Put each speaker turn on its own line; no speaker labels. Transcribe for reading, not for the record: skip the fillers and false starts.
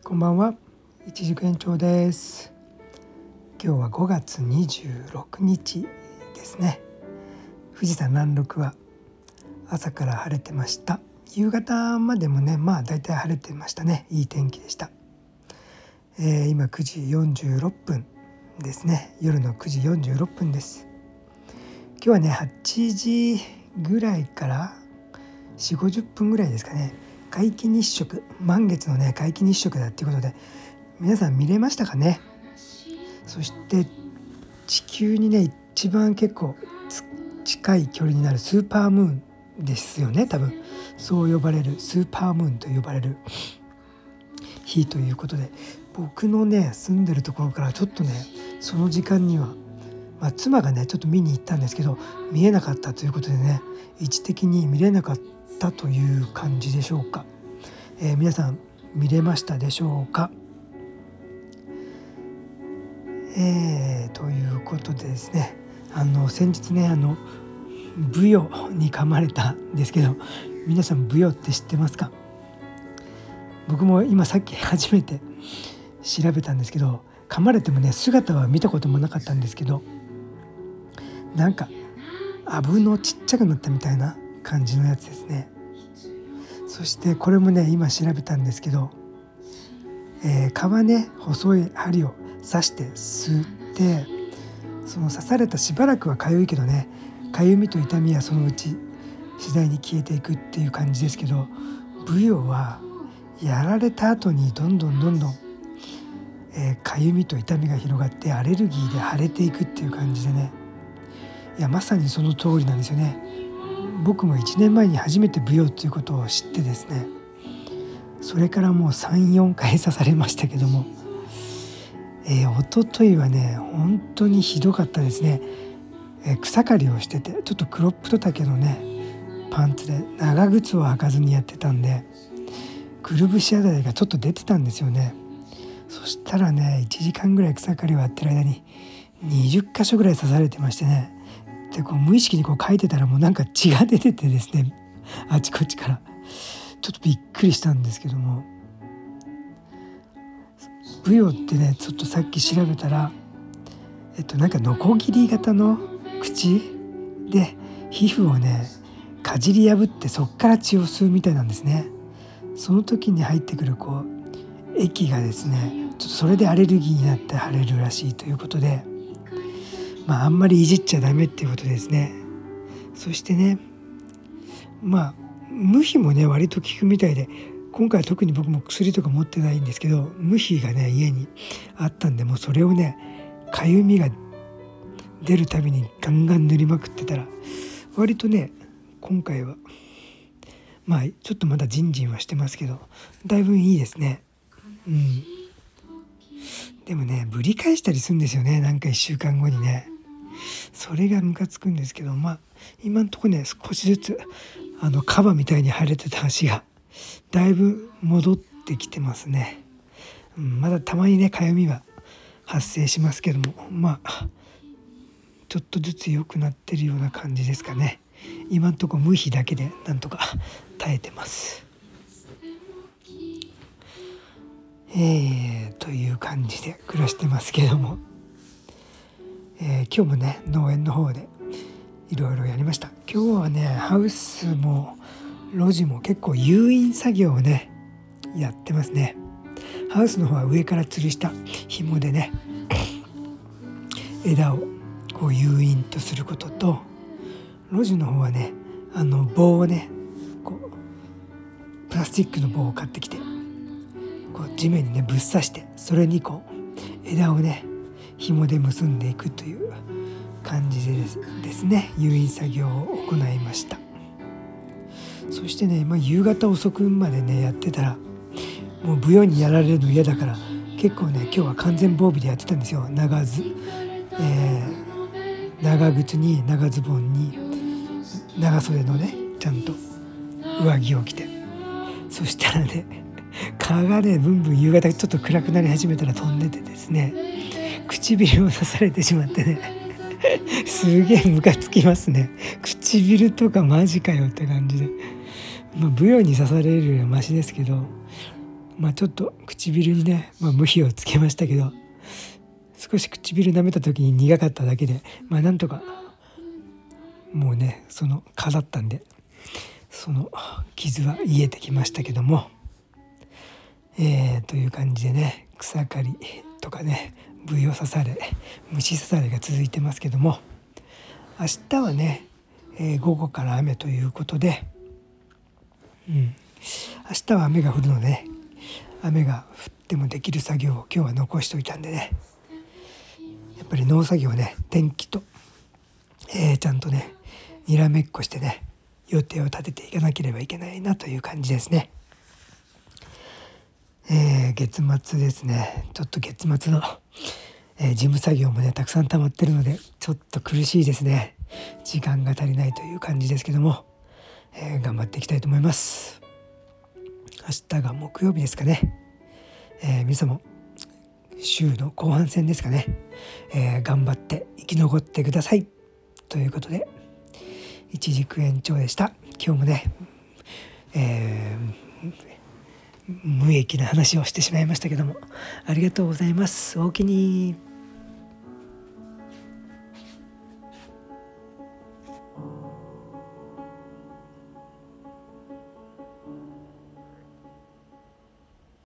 こんばんは、一軸園長です。今日は5月26日ですね。富士山南麓は朝から晴れてました。夕方までもね、だいたい晴れてましたね。いい天気でした。今9時46分ですね。夜の9時46分です。今日はね、8時ぐらいから4、50分ぐらいですかね。皆既日食、満月のね皆既日食だっていうことで、皆さん見れましたかね。そして地球にね一番結構近い距離になるスーパームーンですよね。多分そう呼ばれるスーパームーンと呼ばれる日ということで、僕のね住んでるところからちょっとねその時間には、妻がねちょっと見に行ったんですけど見えなかったということでね、位置的に見れなかったという感じでしょうか。皆さん見れましたでしょうか。ということでですね、先日ねブヨに噛まれたんですけど、皆さんブヨって知ってますか？僕も今さっき初めて調べたんですけど、噛まれてもね姿は見たこともなかったんですけど、なんかアブのちっちゃくなったみたいな感じのやつですね。そしてこれもね今調べたんですけど、蚊ね細い針を刺して吸って、その刺されたしばらくはかゆいけどね、かゆみと痛みはそのうち次第に消えていくっていう感じですけど、ブヨはやられた後にどんどんかゆみと痛みが広がってアレルギーで腫れていくっていう感じでね、いやまさにその通りなんですよね。僕も1年前に初めてブヨっていうことを知ってですね、それからもう 3,4 回刺されましたけども、一昨日はね本当にひどかったですね。草刈りをしてて、ちょっとクロップド丈のねパンツで長靴を履かずにやってたんで、くるぶしあたりがちょっと出てたんですよね。そしたらね1時間ぐらい草刈りをやってる間に20箇所ぐらい刺されてましてね、で無意識に書いてたらもうなんか血が出ててですね、あちこちからちょっとびっくりしたんですけども、ブヨってねちょっとさっき調べたら、なんかノコギリ型の口で皮膚をねかじり破ってそっから血を吸うみたいなんですね。その時に入ってくる液がですね、ちょっとそれでアレルギーになって腫れるらしいということで、あんまりいじっちゃダメっていうことですね。そしてね無比もね割と効くみたいで、今回は特に僕も薬とか持ってないんですけど、無比がね家にあったんで、もうそれをねかゆみが出るたびにガンガン塗りまくってたら、割とね今回はちょっとまだジンジンはしてますけどだいぶいいですね。でもねぶり返したりするんですよね、なんか1週間後にね。それがムカつくんですけど、今のところね少しずつカバみたいに腫れてた足がだいぶ戻ってきてますね。まだたまにねかゆみは発生しますけども、ちょっとずつ良くなってるような感じですかね。今のところ無比だけでなんとか耐えてます。という感じで暮らしてますけども、今日もね農園の方でいろいろやりました。今日はねハウスも路地も結構誘引作業をねやってますね。ハウスの方は上から吊るした紐でね枝を誘引とすることと、路地の方はね棒をねプラスチックの棒を買ってきて地面にねぶっ刺して、それに枝をね紐で結んでいくという感じでですね誘引作業を行いました。そしてね、夕方遅くまでねやってたら、もうブヨにやられるの嫌だから、結構ね今日は完全防備でやってたんですよ。長靴に長ズボンに長袖のねちゃんと上着を着て、そしたらね蚊がねブンブン夕方ちょっと暗くなり始めたら飛んでてですね、唇を刺されてしまってねすげえムカつきますね。唇とかマジかよって感じで、ブヨに刺されるよりはマシですけど、 ちょっと唇にね、無比をつけましたけど、少し唇舐めた時に苦かっただけで、なんとかもうねその蚊だったんでその傷は癒えてきましたけども、という感じでね、草刈りとかね、ブヨ刺され、虫刺されが続いてますけども、明日はね、午後から雨ということで、明日は雨が降るので、雨が降ってもできる作業を今日は残しておいたんでね、やっぱり農作業ね、天気と、ちゃんとねにらめっこしてね、予定を立てていかなければいけないなという感じですね。月末ですね。ちょっと月末の、事務作業もねたくさん溜まってるので、ちょっと苦しいですね。時間が足りないという感じですけども、頑張っていきたいと思います。明日が木曜日ですかね。皆さんも週の後半戦ですかね、頑張って生き残ってくださいということで、一軸延長でした。今日もね、無益な話をしてしまいましたけども、ありがとうございます。おおきに。